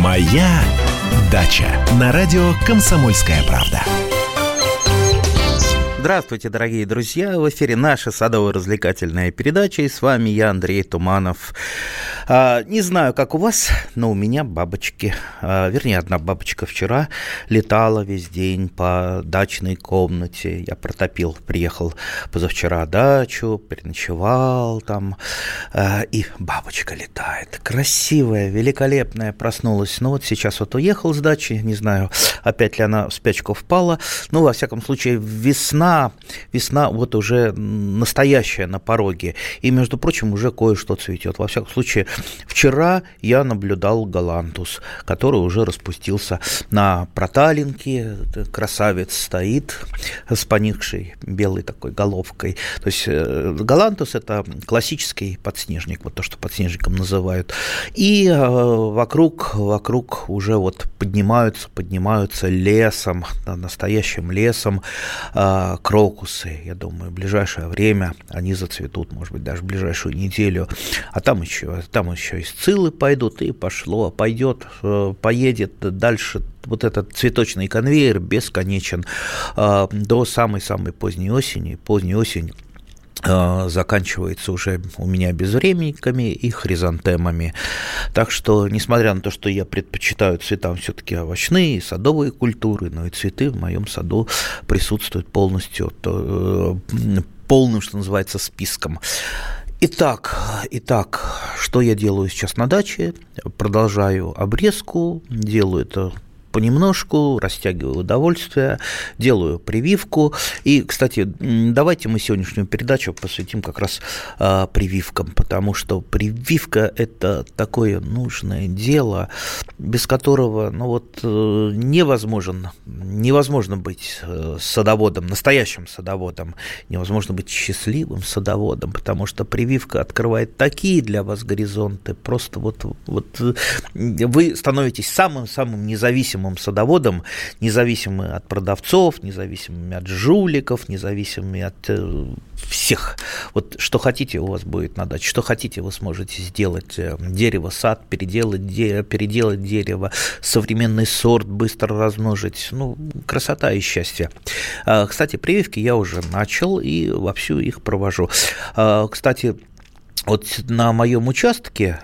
«Моя дача» на радио «Комсомольская правда». Здравствуйте, дорогие друзья! В эфире наша садово-развлекательная передача, и с вами я, Андрей Туманов. Не знаю, как у вас, но у меня бабочки. Вернее, одна бабочка вчера летала весь день по дачной комнате. Я приехал позавчера дачу, переночевал там, и бабочка летает. Красивая, великолепная, проснулась. Ну вот сейчас вот уехал с дачи, не знаю, опять ли она в спячку впала. Ну, во всяком случае, весна вот уже настоящая на пороге. И, между прочим, уже кое-что цветет. Во всяком случае, вчера я наблюдал галантус, который уже распустился на проталинке. Красавец стоит с поникшей белой такой головкой. То есть галантус – это классический подснежник, вот то, что подснежником называют. И вокруг уже вот поднимаются лесом, настоящим лесом, крокусы. Я думаю, в ближайшее время они зацветут, может быть, даже в ближайшую неделю. А там еще и сциллы пойдут, и поедет дальше. Вот этот цветочный конвейер бесконечен до самой-самой поздней осени. Поздняя осень заканчивается уже у меня безвременниками и хризантемами. Так что, несмотря на то, что я предпочитаю цветам все-таки овощные, садовые культуры, но и цветы в моем саду присутствуют полностью, полным, что называется, списком. Итак, что я делаю сейчас на даче? Продолжаю обрезку, делаю это понемножку, растягиваю удовольствие, делаю прививку. И, кстати, давайте мы сегодняшнюю передачу посвятим как раз прививкам, потому что прививка – это такое нужное дело, без которого невозможно быть садоводом, настоящим садоводом, невозможно быть счастливым садоводом, потому что прививка открывает такие для вас горизонты, просто вот вы становитесь самым-самым независимым садоводом, независимы от продавцов, независимыми от жуликов, независимыми от всех. Вот что хотите, у вас будет на даче, что хотите, вы сможете сделать. Дерево, сад, переделать дерево, современный сорт быстро размножить. Красота и счастье. Кстати, прививки я уже начал и вовсю их провожу. Кстати, вот на моем участке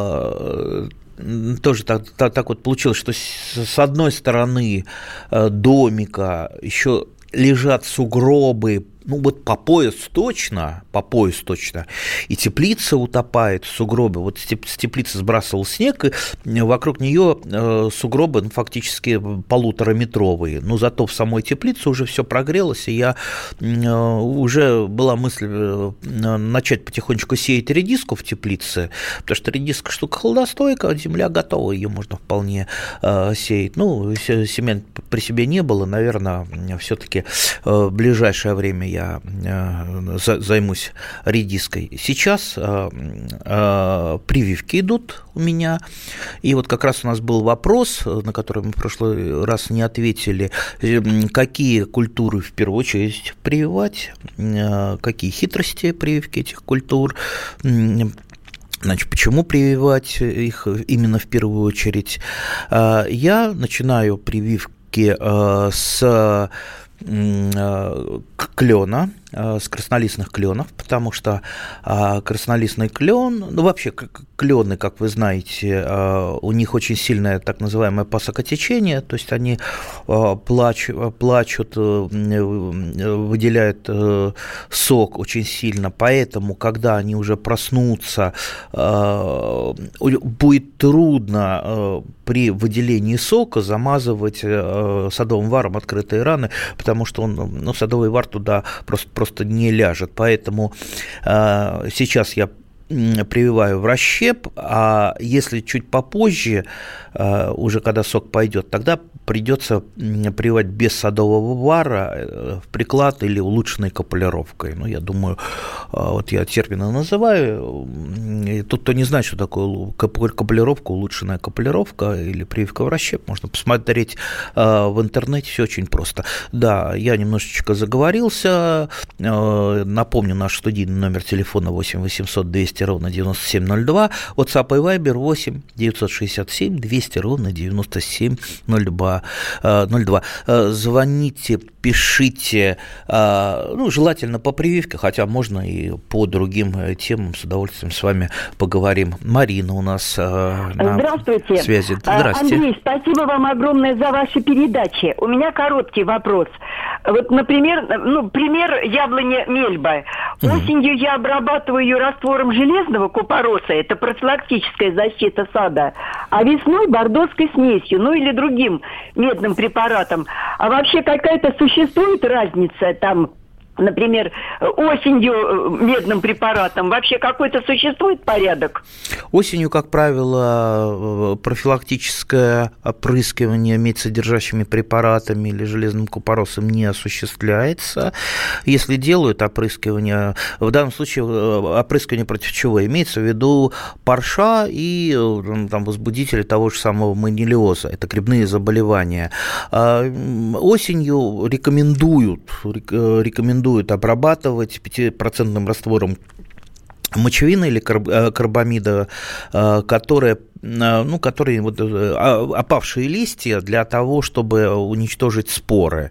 тоже так вот получилось, что с одной стороны домика еще лежат сугробы, по пояс точно, и теплица утопает в сугробе. Вот с теплицы сбрасывал снег, и вокруг нее сугробы фактически 1,5-метровые. Но зато в самой теплице уже все прогрелось, и уже была мысль начать потихонечку сеять редиску в теплице, потому что редиска штука холодостойкая, земля готова, ее можно вполне сеять. Семян при себе не было, наверное, все-таки в ближайшее время я займусь редиской. Сейчас прививки идут у меня, и вот как раз у нас был вопрос, на который мы в прошлый раз не ответили, какие культуры в первую очередь прививать, какие хитрости прививки этих культур. Значит, почему прививать их именно в первую очередь? Я начинаю прививки с клена, с краснолистных кленов, потому что краснолистный клен, вообще клены, как вы знаете, у них очень сильное так называемое посокотечение, то есть они плачут, выделяют сок очень сильно, поэтому, когда они уже проснутся, будет трудно при выделении сока замазывать садовым варом открытые раны, потому что садовый вар туда просто не ляжет. Поэтому сейчас я прививаю в расщеп, а если чуть попозже, уже когда сок пойдет, тогда придется прививать без садового вара в приклад или улучшенной капулировкой. Ну, я думаю, вот я термины называю. И тут кто не знает, что такое капулировка, улучшенная капулировка или прививка в расщеп, можно посмотреть в интернете, все очень просто. Да, я немножечко заговорился. Напомню, наш студийный номер телефона 8 800 200 ровно 9702, WhatsApp и Viber 8 967 200 ровно 9702. Звоните, пишите, ну, желательно по прививке, хотя можно и по другим темам, с удовольствием с вами поговорим. Марина у нас на связи. Здравствуйте. Андрей, спасибо вам огромное за ваши передачи. У меня короткий вопрос. Вот, например, пример яблони Мельба. Осенью я обрабатываю ее раствором железного купороса, это профилактическая защита сада, а весной бордоской смесью, ну или другим медным препаратом. А вообще какая-то существует разница там, например, осенью медным препаратом? Вообще какой-то существует порядок? Осенью, как правило, профилактическое опрыскивание медсодержащими препаратами или железным купоросом не осуществляется. Если делают опрыскивание, в данном случае опрыскивание против чего? Имеется в виду парша и там, возбудители того же самого монилиоза. Это грибные заболевания. Осенью рекомендуют обрабатывать 5% раствором мочевины или карбамида, которые вот, опавшие листья для того, чтобы уничтожить споры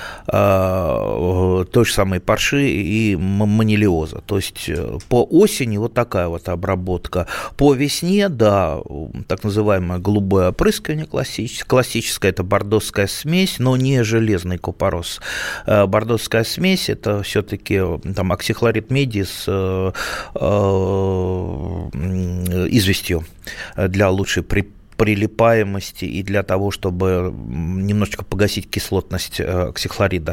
той же самой парши и монилиоза. То есть по осени вот такая вот обработка. По весне, да, так называемое голубое опрыскивание классическое, это бордоская смесь, но не железный купорос. Бордоская смесь – это все-таки там оксихлорид меди с известью для лучшей прилипаемости и для того, чтобы немножечко погасить кислотность оксихлорида.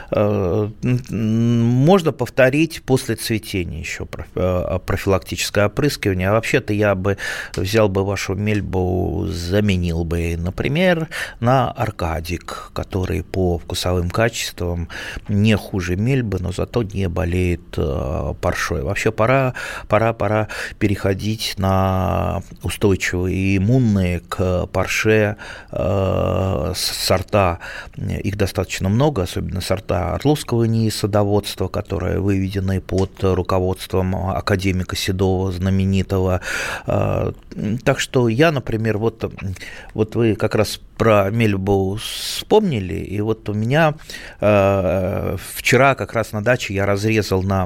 Можно повторить после цветения еще профилактическое опрыскивание. А вообще-то я бы взял бы вашу мельбу, заменил бы, например, на аркадик, который по вкусовым качествам не хуже мельбы, но зато не болеет паршой. Вообще пора переходить на устойчивые и иммунные к парше сорта. Их достаточно много, особенно сорта орловского НИИ садоводства, которые выведены под руководством академика Седова, знаменитого. Так что я, например, вот вы как раз про мельбу вспомнили, и вот у меня вчера как раз на даче я разрезал на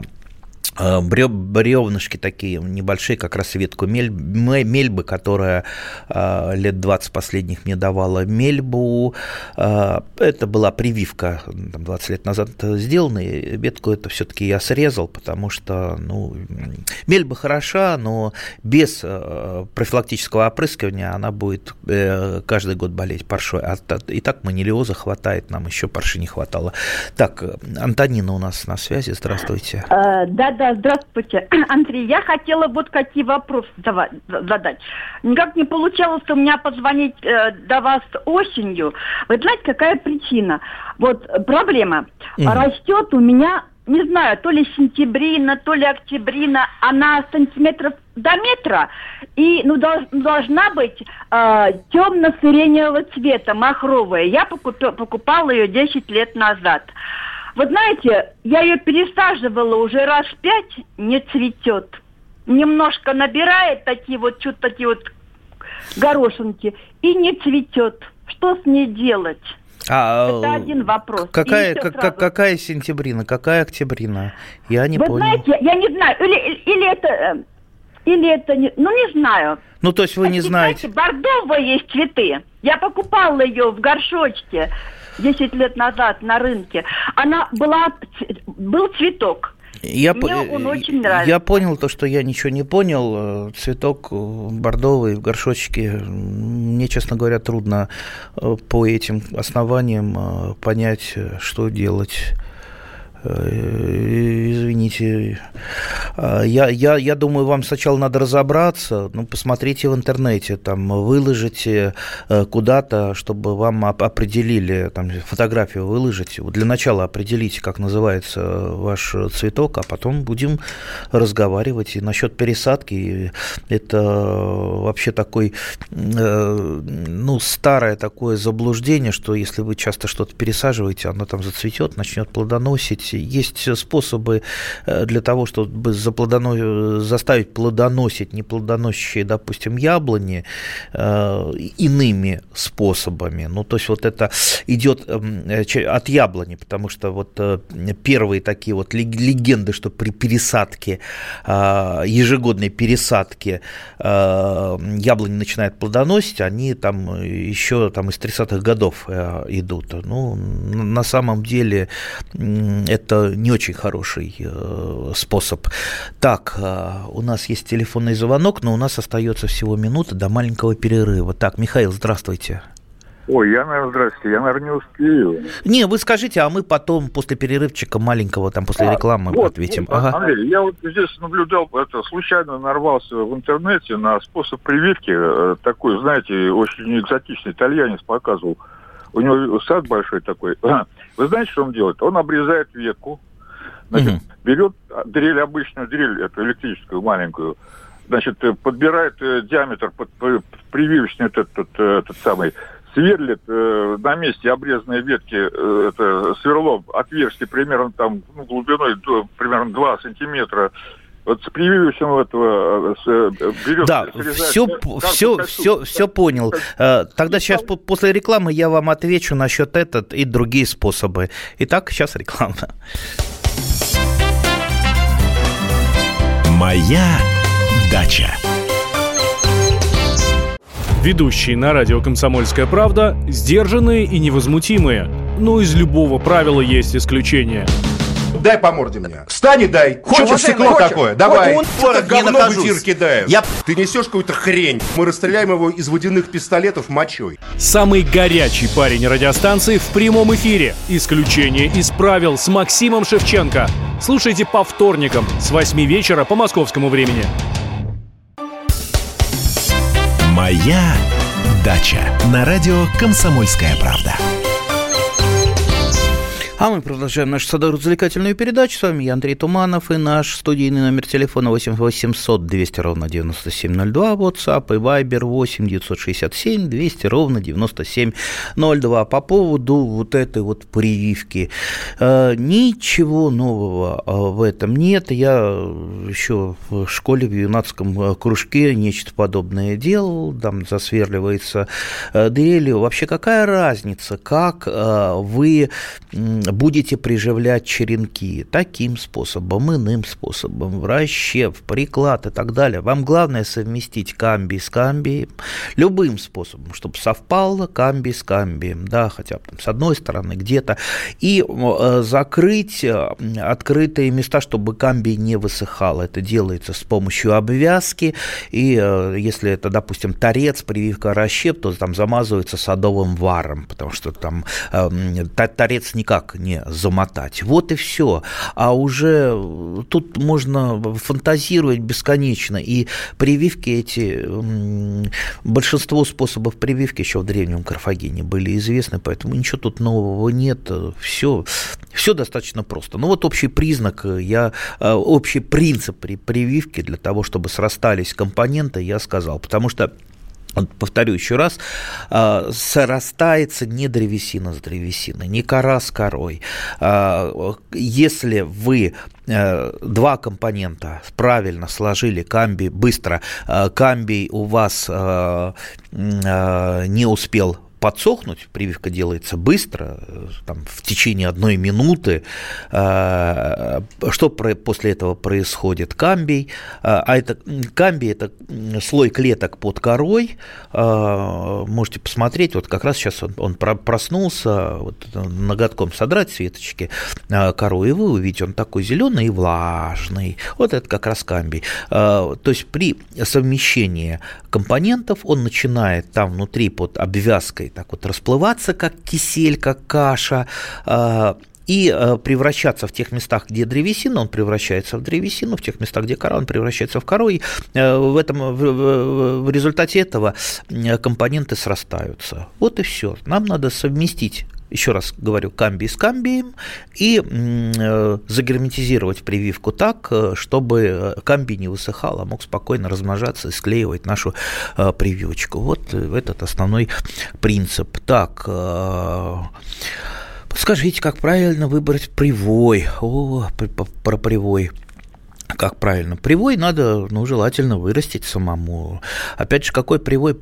бревнышки такие небольшие, как раз ветку мельбы, которая лет 20 последних мне давала мельбу. Это была прививка 20 лет назад сделана, и ветку это все-таки я срезал, потому что мельба хороша, но без профилактического опрыскивания она будет каждый год болеть паршой. И так монилиоза хватает, нам еще парши не хватало. Так, Антонина у нас на связи, здравствуйте. Да, здравствуйте, Андрей. Я хотела вот какие вопросы задать. Никак не получалось у меня позвонить до вас осенью. Вы знаете, какая причина? Вот проблема. Растет у меня, не знаю, то ли сентябрина, то ли октябрина, она сантиметров до метра, и должна быть темно-сиреневого цвета, махровая. Я покупала ее 10 лет назад. Вы знаете, я ее пересаживала уже раз 5, не цветет. Немножко набирает такие вот горошинки и не цветет. Что с ней делать? Это один вопрос. Какая сентябрина, какая октябрина? Я не понял. Вы знаете, я не знаю, или это не знаю. Ну, то есть вы не знаете. Бордовые есть цветы. Я покупала ее в горшочке 10 лет назад на рынке. Был цветок. Мне он очень нравится. Я понял то, что я ничего не понял. Цветок бордовый в горшочке. Мне, честно говоря, трудно по этим основаниям понять, что делать. Извините. Я думаю, вам сначала надо разобраться, посмотрите в интернете, там, выложите куда-то, чтобы вам определили, там, фотографию выложите. Для начала определите, как называется ваш цветок, а потом будем разговаривать. И насчет пересадки, это вообще такой, старое такое заблуждение, что если вы часто что-то пересаживаете, оно там зацветет, начнет плодоносить. Есть способы для того, чтобы заставить плодоносить неплодоносящие, допустим, яблони иными способами. То есть вот это идет от яблони, потому что вот первые такие вот легенды, что при пересадке, ежегодной пересадке яблони начинают плодоносить, они там еще там из 30-х годов идут. На самом деле это не очень хороший способ. Так, у нас есть телефонный звонок, но у нас остается всего минута до маленького перерыва. Так, Михаил, здравствуйте. Ой, здравствуйте, я, наверное, не успею. Не, вы скажите, а мы потом после перерывчика маленького, там после рекламы ответим. Ага. Андрей, я вот здесь наблюдал, случайно нарвался в интернете на способ прививки, такой, знаете, очень экзотичный, итальянец показывал. У него сад большой такой. Вы знаете, что он делает? Он обрезает ветку, значит, берет дрель, обычную дрель, эту электрическую маленькую, значит, подбирает диаметр под прививочный этот самый, сверлит на месте обрезанной ветки сверлом отверстие примерно там глубиной примерно 2 сантиметра. Вот с прививочным этого берет... Да, все понял. Тогда сейчас после рекламы я вам отвечу насчет этого и другие способы. Итак, сейчас реклама. Моя дача. Ведущие на радио «Комсомольская правда» сдержанные и невозмутимые. Но из любого правила есть исключение. Дай по морде мне. Встань и дай. Хочешь стекло такое? Давай. Что-то говно в эфир кидаешь. Ты несешь какую-то хрень. Мы расстреляем его из водяных пистолетов мочой. Самый горячий парень радиостанции в прямом эфире. Исключение из правил с Максимом Шевченко. Слушайте по вторникам с 8 вечера по московскому времени. Моя дача на радио «Комсомольская правда». А мы продолжаем нашу садово-развлекательную передачу. С вами я, Андрей Туманов, и наш студийный номер телефона 8 800 200 ровно 9702, WhatsApp и Viber 8 967 200 ровно 9702. По поводу вот этой вот прививки. Ничего нового в этом нет. Я еще в школе, в юнацком кружке нечто подобное делал. Там засверливается дрелью. Вообще какая разница, как вы будете приживлять черенки таким способом, иным способом, расщеп, приклад и так далее. Вам главное совместить камбий с камбием, любым способом, чтобы совпало камбий с камбием, да, хотя бы там с одной стороны где-то, и закрыть открытые места, чтобы камбий не высыхал. Это делается с помощью обвязки, и если это, допустим, торец, прививка расщеп, то там замазывается садовым варом, потому что там торец никак не замотать. Вот и все. А уже тут можно фантазировать бесконечно. И прививки эти, большинство способов прививки еще в древнем Карфагене были известны, поэтому ничего тут нового нет. Все достаточно просто. Вот общий признак, общий принцип при прививке для того, чтобы срастались компоненты, я сказал. Потому что, повторю еще раз, срастается не древесина с древесиной, не кора с корой. Если вы два компонента правильно сложили, камбий быстро, камбий у вас не успел подсохнуть, прививка делается быстро, там, в течение 1 минуты. Что после этого происходит? Камбий, камбий – это слой клеток под корой, можете посмотреть, вот как раз сейчас он проснулся, вот, ноготком содрать с веточки кору, и вы увидите, он такой зеленый и влажный, вот это как раз камбий. То есть при совмещении компонентов он начинает там внутри под обвязкой так вот расплываться, как кисель, как каша. и превращаться в тех местах, где древесина, он превращается в древесину, в тех местах, где кора, он превращается в кору, и в результате этого компоненты срастаются. Вот и все. Нам надо совместить, еще раз говорю, камбий с камбием и загерметизировать прививку так, чтобы камбий не высыхал, а мог спокойно размножаться и склеивать нашу прививочку. Вот этот основной принцип. Так, подскажите, как правильно выбрать привой? Про привой. Как правильно? Привой надо, желательно вырастить самому. Опять же, какой привой?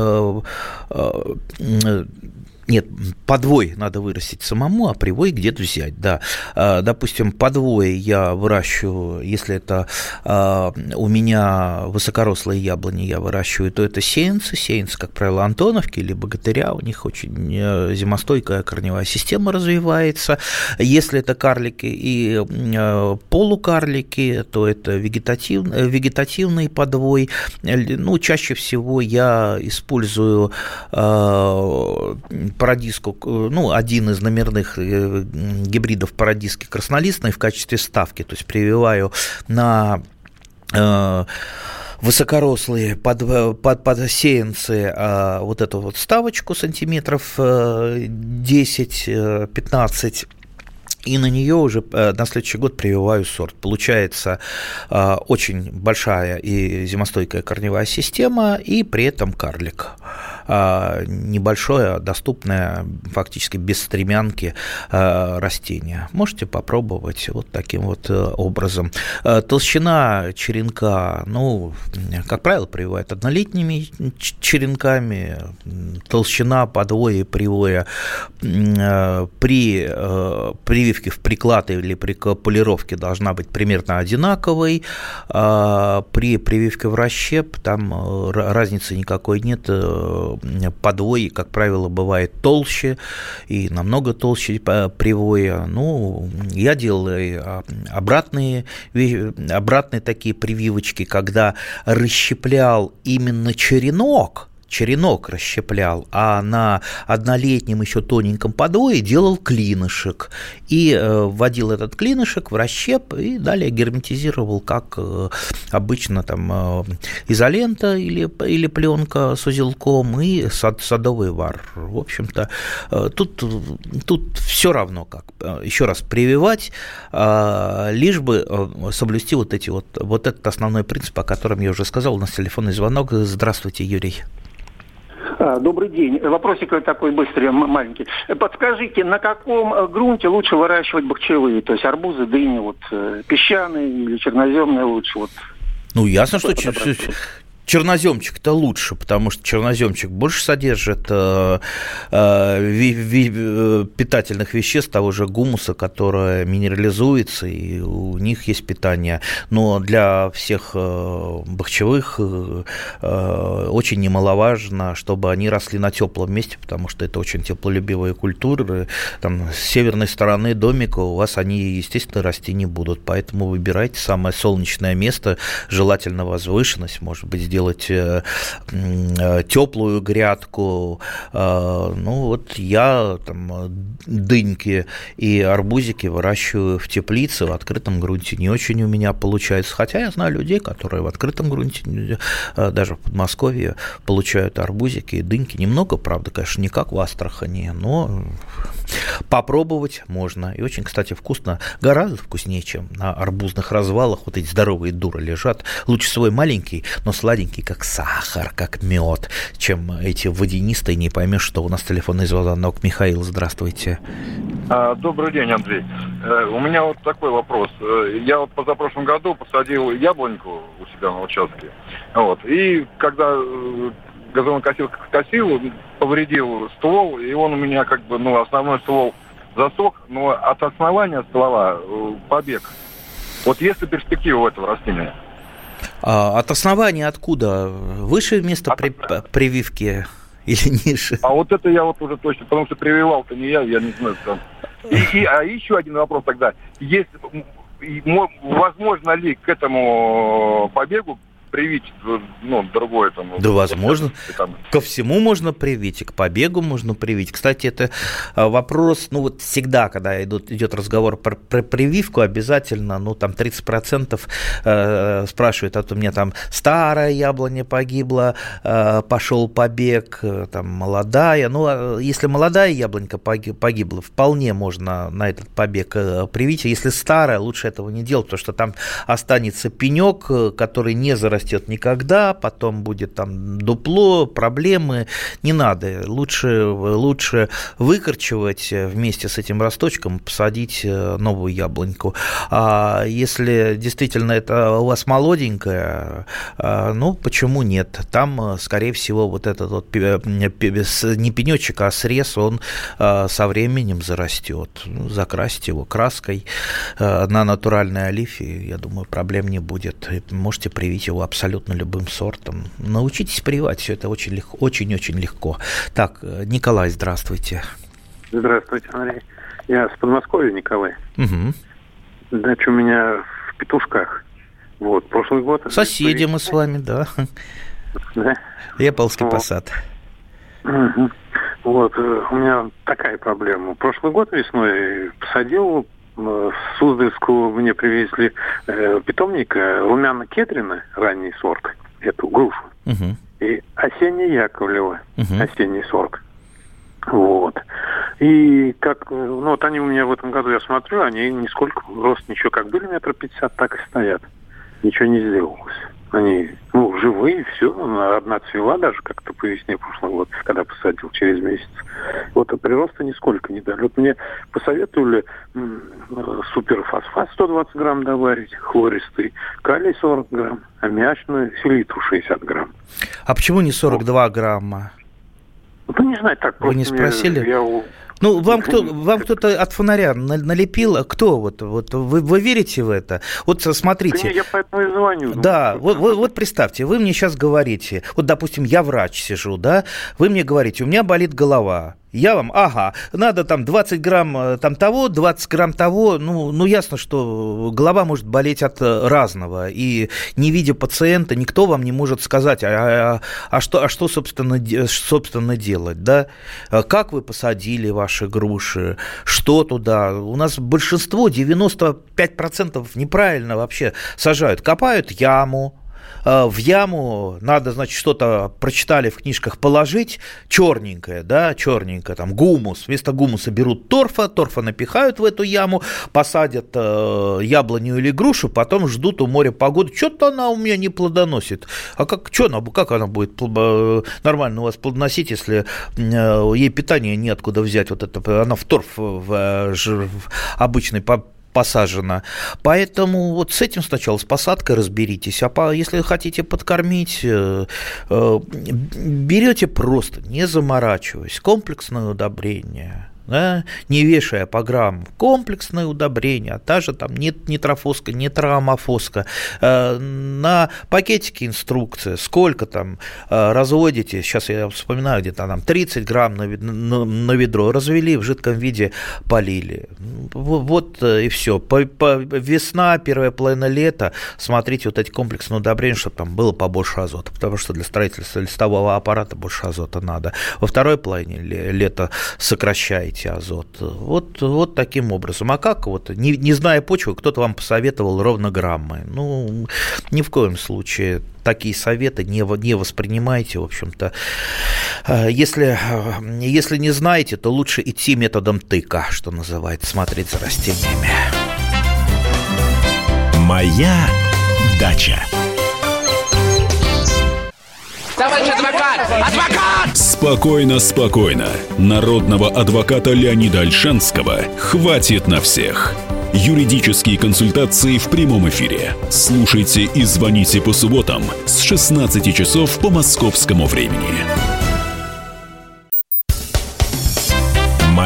Нет, подвой надо вырастить самому, а привой где-то взять, да. Допустим, подвой я выращиваю, если это у меня высокорослые яблони я выращиваю, то это сеянцы, как правило, антоновки или богатыря, у них очень зимостойкая корневая система развивается. Если это карлики и полукарлики, то это вегетативный подвой. Чаще всего я использую парадиску, один из номерных гибридов парадиски краснолистной в качестве ставки, то есть прививаю на высокорослые подсеянцы вот эту вот ставочку сантиметров 10-15, и на нее уже на следующий год прививаю сорт. Получается очень большая и зимостойкая корневая система, и при этом карлик. Небольшое, доступное, фактически без стремянки растение. Можете попробовать вот таким вот образом. Толщина черенка, как правило, прививают однолетними черенками. Толщина подвоя и привоя при прививке в приклад или при полировке должна быть примерно одинаковой. При прививке в расщеп там разницы никакой нет. Подвой, как правило, бывает толще и намного толще привоя. Я делаю обратные такие прививочки, когда расщеплял именно черенок расщеплял, а на однолетнем еще тоненьком подвое делал клинышек. И вводил этот клинышек в расщеп и далее герметизировал, как обычно там изолента или пленка с узелком и садовый вар. В общем-то, тут все равно как. Еще раз, прививать, лишь бы соблюсти вот этот основной принцип, о котором я уже сказал. У нас телефонный звонок. Здравствуйте, Юрий. Добрый день. Вопросик такой быстрый, маленький. Подскажите, на каком грунте лучше выращивать бахчевые? То есть арбузы, дыни, песчаные или черноземные лучше? Ясно, что черноземчик-то лучше, потому что черноземчик больше содержит питательных веществ, того же гумуса, которое минерализуется, и у них есть питание. Но для всех бахчевых очень немаловажно, чтобы они росли на теплом месте, потому что это очень теплолюбивые культуры. Там, с северной стороны домика у вас они, естественно, расти не будут. Поэтому выбирайте самое солнечное место, желательно возвышенность, может быть, сделать теплую грядку. Я там дыньки и арбузики выращиваю в теплице, в открытом грунте не очень у меня получается. Хотя я знаю людей, которые в открытом грунте, даже в Подмосковье, получают арбузики и дыньки. Немного, правда, конечно, не как в Астрахани, но попробовать можно. И очень, кстати, вкусно, гораздо вкуснее, чем на арбузных развалах. Вот эти здоровые дуры лежат. Лучше свой маленький, но сладенький, как сахар, как мед, чем эти водянистые, не поймешь, что. У нас телефонный звонок. Михаил, здравствуйте. Добрый день, Андрей. У меня вот такой вопрос. Я позапрошлом году посадил яблоньку у себя на участке. И когда газонокосилка косил, повредил ствол, и он у меня основной ствол засох, но от основания ствола побег. Есть ли перспектива у этого растения? От основания откуда? Выше место прививки или ниже? Это я уже точно, потому что прививал-то не я не знаю. Еще один вопрос тогда. Возможно ли к этому побегу привить, другое там. Да, возможно. Ко всему можно привить, и к побегу можно привить. Кстати, это вопрос, всегда, когда идет разговор про прививку, обязательно, 30% спрашивают, у меня там старая яблоня погибла, пошел побег, там молодая. Если молодая яблонька погибла, вполне можно на этот побег привить. А если старая, лучше этого не делать, потому что там останется пенек, который не зарастет никогда, потом будет там дупло, проблемы. Не надо. Лучше выкорчевать вместе с этим росточком, посадить новую яблоньку. А если действительно это у вас молоденькая, почему нет? Там, скорее всего, вот этот вот не пенечек, а срез, он со временем зарастет. Закрасить его краской на натуральной олифе, я думаю, проблем не будет. Можете привить его абсолютно любым сортом. Научитесь прививать, все это очень легко, очень-очень легко. Так, Николай, здравствуйте. Здравствуйте, Андрей. Я с Подмосковья, Николай. Угу. Дача у меня в Петушках. Прошлый год... Соседи мы с вами, да. Да? Яполский посад. Угу. У меня такая проблема. Прошлый год весной посадил, с Суздальского мне привезли питомника румяно-кедрина, ранний сорт, эту грушу, и осенне-яковлева, осенний сорт. И как, они у меня в этом году, я смотрю, они нисколько, рост ничего, как были 1,50 м, так и стоят. Ничего не сделалось. Они, живые, все, одна цвела даже как-то по весне прошлого года, когда посадил через месяц. А прироста нисколько не дали. Мне посоветовали суперфосфат 120 грамм добавить, хлористый, калий 40 грамм, аммиачную селитру 60 грамм. А почему не 42 грамма? Не знаю, так просто. Вы не спросили? Вам кто-то от фонаря налепил? Кто? Вы верите в это? Смотрите. Я поэтому и звоню. Да, представьте, вы мне сейчас говорите, допустим, я врач сижу, да, вы мне говорите, у меня болит голова. Я вам, надо там 20 грамм там того, 20 грамм того. Ясно, что голова может болеть от разного. И не видя пациента, никто вам не может сказать, что собственно делать, да? Как вы посадили ваши груши, что туда? У нас большинство, 95% неправильно вообще сажают. Копают яму. В яму надо, что-то прочитали в книжках положить, черненькое, там гумус. Вместо гумуса берут торфа напихают в эту яму, посадят яблоню или грушу, потом ждут у моря погоды. Что-то она у меня не плодоносит. А как она будет нормально у вас плодоносить, если ей питание неоткуда взять? Она в торф в обычный посажена. Поэтому с этим сначала, с посадкой разберитесь. А если хотите подкормить, берете просто, не заморачиваясь, комплексное удобрение. Да, не вешая по грамму, комплексное удобрение, та же там нитрофоска, нитроамофоска, на пакетике инструкция, сколько там разводите, сейчас я вспоминаю, где-то там 30 грамм на ведро, развели, в жидком виде полили. И все. Весна, первая половина лета, смотрите эти комплексные удобрения, чтобы там было побольше азота, потому что для строительства листового аппарата больше азота надо. Во второй половине лета сокращаете азот. Вот таким образом. А как не зная почвы, кто-то вам посоветовал ровно граммы. Ни в коем случае такие советы не воспринимайте, в общем-то. Если не знаете, то лучше идти методом тыка, что называется, смотреть за растениями. Моя дача. Товарищ адвокат! Адвокат! Спокойно. Народного адвоката Леонида Ольшанского хватит на всех. Юридические консультации в прямом эфире. Слушайте и звоните по субботам с 16 часов по московскому времени.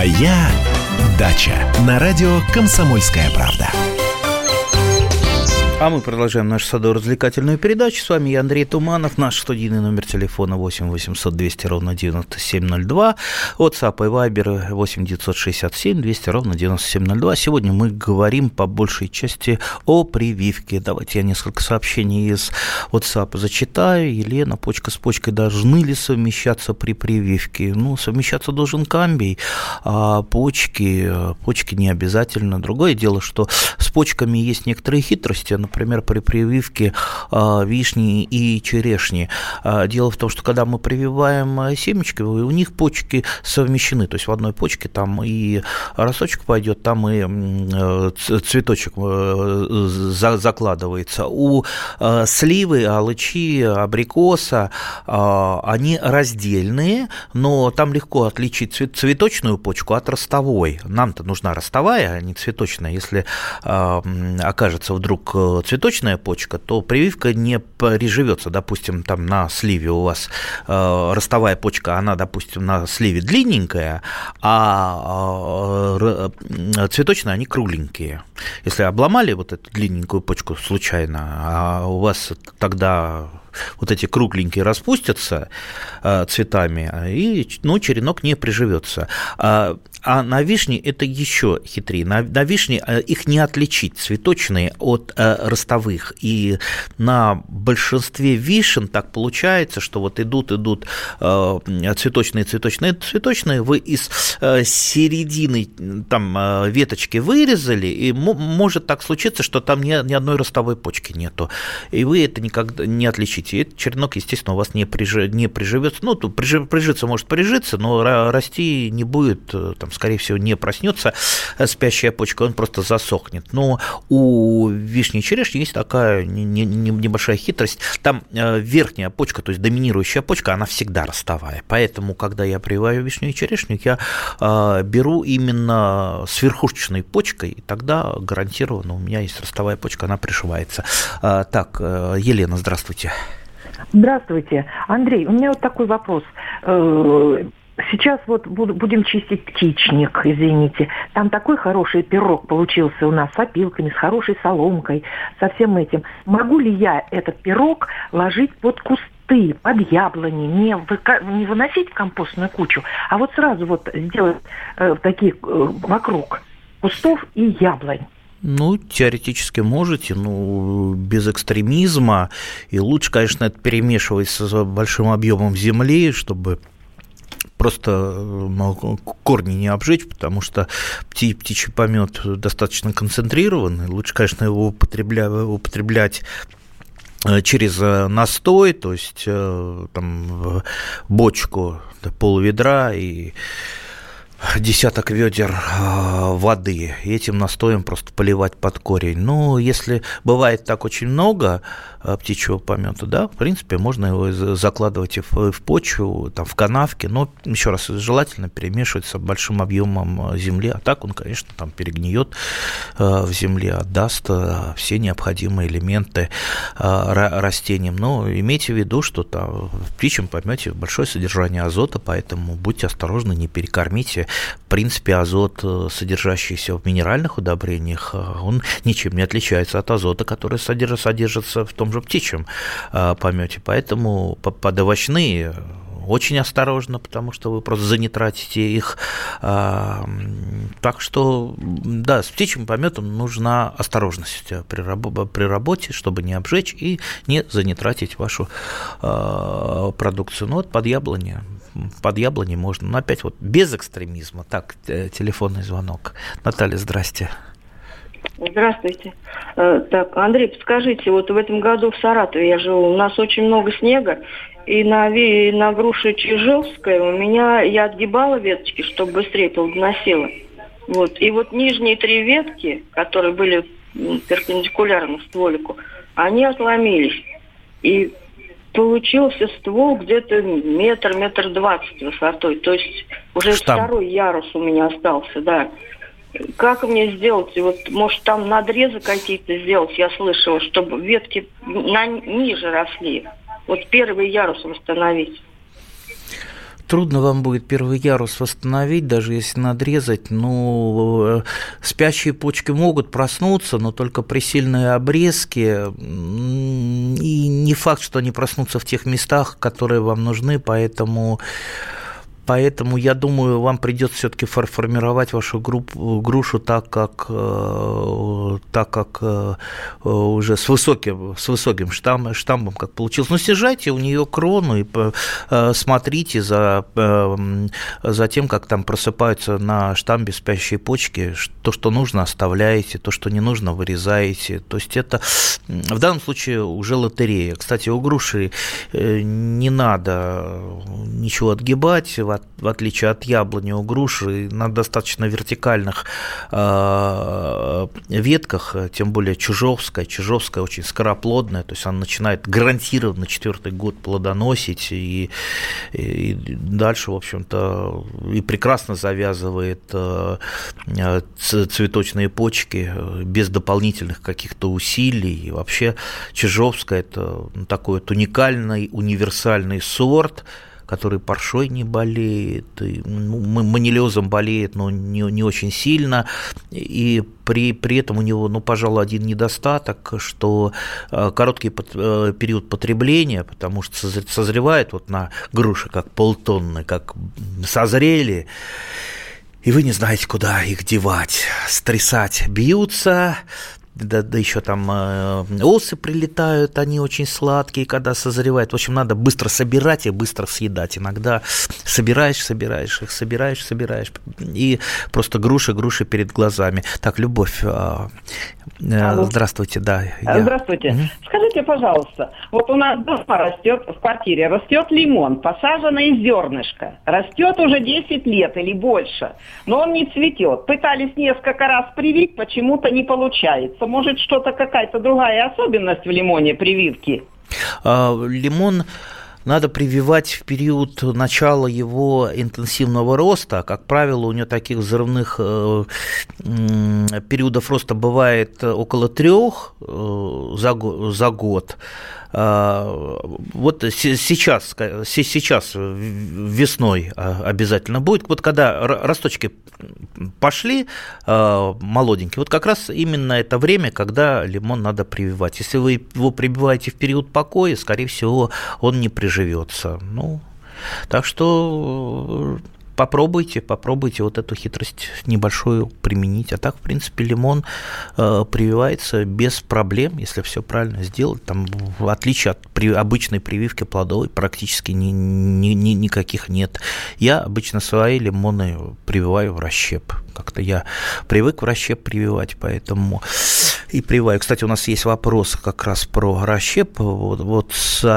Моя дача. На радио «Комсомольская правда». А мы продолжаем нашу садово-развлекательную передачу. С вами я, Андрей Туманов. Наш студийный номер телефона 8 800 200 ровно 9702. WhatsApp и Viber 8 967 200 ровно 9702. Сегодня мы говорим по большей части о прививке. Давайте я несколько сообщений из WhatsApp зачитаю. Елена, почка с почкой должны ли совмещаться при прививке? Ну, совмещаться должен камбий, а почки не обязательно. Другое дело, что с почками есть некоторые хитрости. Например, при прививке вишни и черешни. Дело в том, что когда мы прививаем семечки, у них почки совмещены. То есть в одной почке там и росточек пойдет, там и цветочек закладывается. У сливы, алычи, абрикоса они раздельные, но там легко отличить цветочную почку от ростовой. Нам-то нужна ростовая, а не цветочная. Если окажется вдруг цветочная почка, то прививка не приживется. Допустим, там на сливе у вас ростовая почка, она, допустим, на сливе длинненькая, а цветочные, они кругленькие. Если обломали вот эту длинненькую почку случайно, а у вас тогда вот эти кругленькие распустятся цветами, и черенок не приживется. А на вишне это еще хитрее. На вишне их не отличить, цветочные от ростовых. И на большинстве вишен так получается, что вот идут цветочные, вы из середины там веточки вырезали, и может так случиться, что там ни одной ростовой почки нету. И вы это никогда не отличите. И этот черенок, естественно, у вас не приживется. Ну, прижиться может прижиться, но расти не будет, там, скорее всего, не проснется спящая почка, он просто засохнет. Но у вишни и черешни есть такая небольшая хитрость. Там верхняя почка, то есть доминирующая почка, она всегда ростовая. Поэтому, когда я прививаю вишню и черешню, я беру именно с верхушечной почкой, и тогда гарантированно у меня есть ростовая почка, она пришивается. Так, Елена, здравствуйте. Здравствуйте. Андрей, у меня вот такой вопрос. Сейчас вот будем чистить птичник, извините. Там такой хороший пирог получился у нас с опилками, с хорошей соломкой, со всем этим. Могу ли я этот пирог ложить под кусты, под яблони, не выносить в компостную кучу, а вот сразу вот сделать такие вокруг кустов и яблонь? Ну, теоретически можете, но без экстремизма. И лучше, конечно, это перемешивать с большим объемом земли, чтобы просто корни не обжечь, потому что птичий помет достаточно концентрированный. Лучше, конечно, его употреблять через настой, то есть там бочку, пол-ведра и десяток ведер воды, и этим настоем просто поливать под корень. Ну, если бывает так очень много птичьего помета, да, в принципе, можно его закладывать и в почву, там, в канавки, но, еще раз, желательно перемешивать с большим объемом земли, а так он, конечно, там перегниет в земле, отдаст все необходимые элементы растениям. Но имейте в виду, что там в птичьем помете большое содержание азота, поэтому будьте осторожны, не перекормите. В принципе, азот, содержащийся в минеральных удобрениях, он ничем не отличается от азота, который содержится в том же птичьем помете. Поэтому под овощные очень осторожно, потому что вы просто занитратите их. Так что, да, с птичьим пометом нужна осторожность при работе, чтобы не обжечь и не занитратить вашу продукцию. Ну, вот под яблони можно. Но опять вот без экстремизма. Так, телефонный звонок. Наталья, здрасте. Здравствуйте. Так, Андрей, подскажите, вот в этом году в Саратове я живу, у нас очень много снега, и на груше Чижевская я отгибала веточки, чтобы быстрее плодоносила. Вот. И вот нижние 3 ветки, которые были перпендикулярно стволику, они отломились. И получился ствол где-то метр 20 высотой. То есть уже второй ярус у меня остался, да. Как мне сделать? Вот, может, там надрезы какие-то сделать, я слышала, чтобы ветки ниже росли. Вот первый ярус восстановить. Трудно вам будет первый ярус восстановить, даже если надрезать. Ну, спящие почки могут проснуться, но только при сильной обрезке. И не факт, что они проснутся в тех местах, которые вам нужны, поэтому я думаю, вам придется все-таки формировать вашу грушу так, как уже с высоким штамбом, как получилось. Но снижайте у нее крону и смотрите за тем, как там просыпаются на штамбе спящие почки. То, что нужно, оставляете, то, что не нужно, вырезаете. То есть это в данном случае уже лотерея. Кстати, у груши не надо ничего отгибать, в отличие от яблони, у груши на достаточно вертикальных ветках, тем более чижовская очень скороплодная, то есть она начинает гарантированно 4-й год плодоносить и дальше, в общем-то, и прекрасно завязывает цветочные почки без дополнительных каких-то усилий. И вообще чижовская – это такой вот уникальный, универсальный сорт, который паршой не болеет, манилиозом болеет, но не очень сильно, и при этом у него, пожалуй, один недостаток, что короткий период потребления, потому что созревает вот на груши как полтонны, как созрели, и вы не знаете, куда их девать, стрясать, бьются. Да еще там осы прилетают, они очень сладкие, когда созревают. В общем, надо быстро собирать и быстро съедать. Иногда собираешь, и просто груши перед глазами. Так, Любовь, здравствуйте, да. Здравствуйте. Скажите, пожалуйста, вот у нас дома растет, в квартире растет лимон, посаженный из зернышка. Растет уже 10 лет или больше, но он не цветет. Пытались несколько раз привить, почему-то не получается. Может, что-то, какая-то другая особенность в лимоне прививки? Лимон надо прививать в период начала его интенсивного роста. Как правило, у него таких взрывных периодов роста бывает около 3 за год. Вот сейчас весной обязательно будет. Вот когда росточки пошли молоденькие, вот как раз именно это время, когда лимон надо прививать. Если вы его прививаете в период покоя, скорее всего, он не приживется. Так что попробуйте вот эту хитрость небольшую применить. А так, в принципе, лимон прививается без проблем, если все правильно сделать. Там, в отличие от обычной прививки плодовой, практически никаких нет. Я обычно свои лимоны прививаю в расщеп. Как-то я привык в расщеп прививать, поэтому и прививаю. Кстати, у нас есть вопрос как раз про расщеп. Вот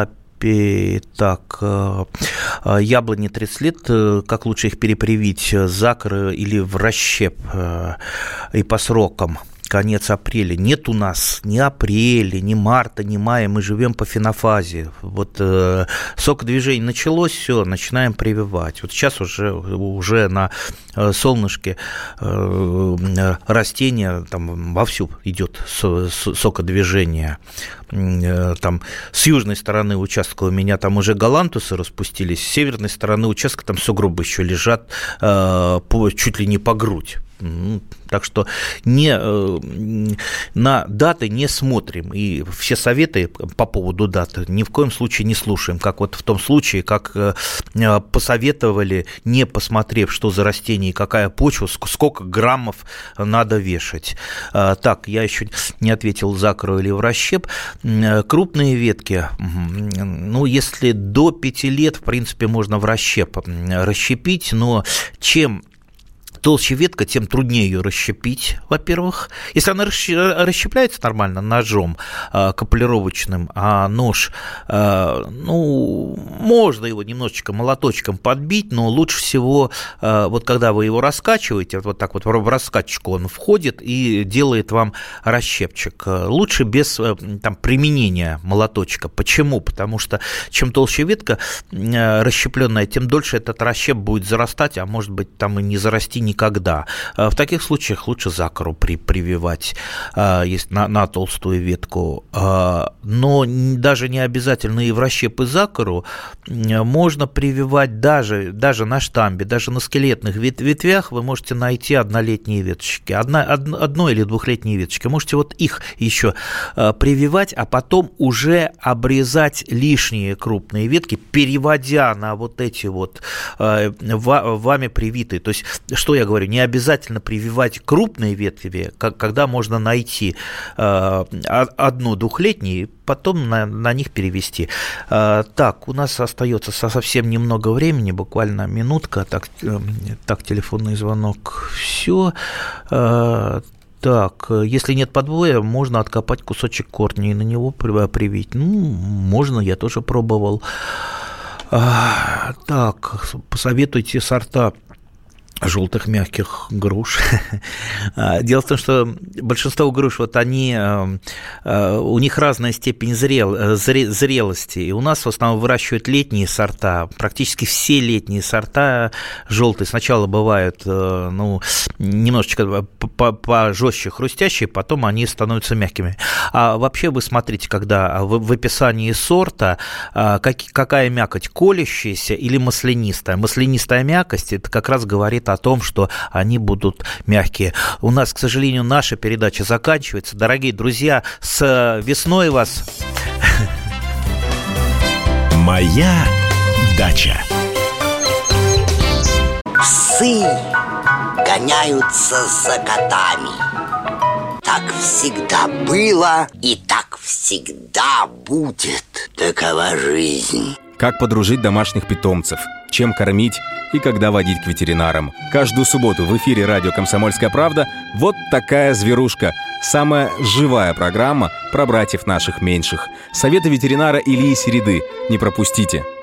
так, яблони 30 лет, как лучше их перепривить, закор или в расщеп и по срокам? Конец апреля. Нет у нас ни апреля, ни марта, ни мая. Мы живем по фенофазе. Вот сокодвижение началось, все, начинаем прививать. Вот сейчас уже на солнышке растения, там вовсю идет сокодвижение. Там с южной стороны участка у меня там уже галантусы распустились, с северной стороны участка там сугробы еще лежат чуть ли не по грудь. Так что на даты не смотрим, и все советы по поводу даты ни в коем случае не слушаем, как вот в том случае, как посоветовали, не посмотрев, что за растение и какая почва, сколько граммов надо вешать. Так, я еще не ответил, закрою или в расщеп. Крупные ветки, если до 5 лет, в принципе, можно в расщеп расщепить, но чем толще ветка, тем труднее ее расщепить, во-первых. Если она расщепляется нормально ножом капулировочным, а нож, можно его немножечко молоточком подбить, но лучше всего, вот когда вы его раскачиваете, вот так вот в раскачку он входит и делает вам расщепчик. Лучше без применения молоточка. Почему? Потому что чем толще ветка расщепленная, тем дольше этот расщеп будет зарастать, а может быть там и не зарасти никогда. В таких случаях лучше закору прививать на толстую ветку. Но даже не обязательно и в расщеп и закору можно прививать даже на штамбе, даже на скелетных ветвях вы можете найти однолетние веточки, одно- или двухлетние веточки. Можете вот их еще прививать, а потом уже обрезать лишние крупные ветки, переводя на вот эти вот вами привитые. То есть, что я говорю, не обязательно прививать крупные ветви, когда можно найти одну двухлетнюю, потом на них перевести. Так, у нас остается совсем немного времени, буквально минутка. Так, телефонный звонок. Все. Так, если нет подвоя, можно откопать кусочек корня и на него привить. Можно, я тоже пробовал. Так, посоветуйте сорта желтых мягких груш. Дело в том, что большинство груш, вот они, у них разная степень зрелости. И у нас в основном выращивают летние сорта. Практически все летние сорта желтые сначала бывают, немножечко пожестче хрустящие, потом они становятся мягкими. А вообще вы смотрите, когда в описании сорта какая мякоть, колющаяся или маслянистая. Маслянистая мякость, это как раз говорит о том, что они будут мягкие. У нас, к сожалению, наша передача заканчивается. Дорогие друзья, с весной вас! Моя дача. Псы гоняются за котами. Так всегда было и так всегда будет. Такова жизнь. Как подружить домашних питомцев, чем кормить и когда водить к ветеринарам. Каждую субботу в эфире радио «Комсомольская правда» вот такая зверушка. Самая живая программа про братьев наших меньших. Советы ветеринара Ильи Середы. Не пропустите.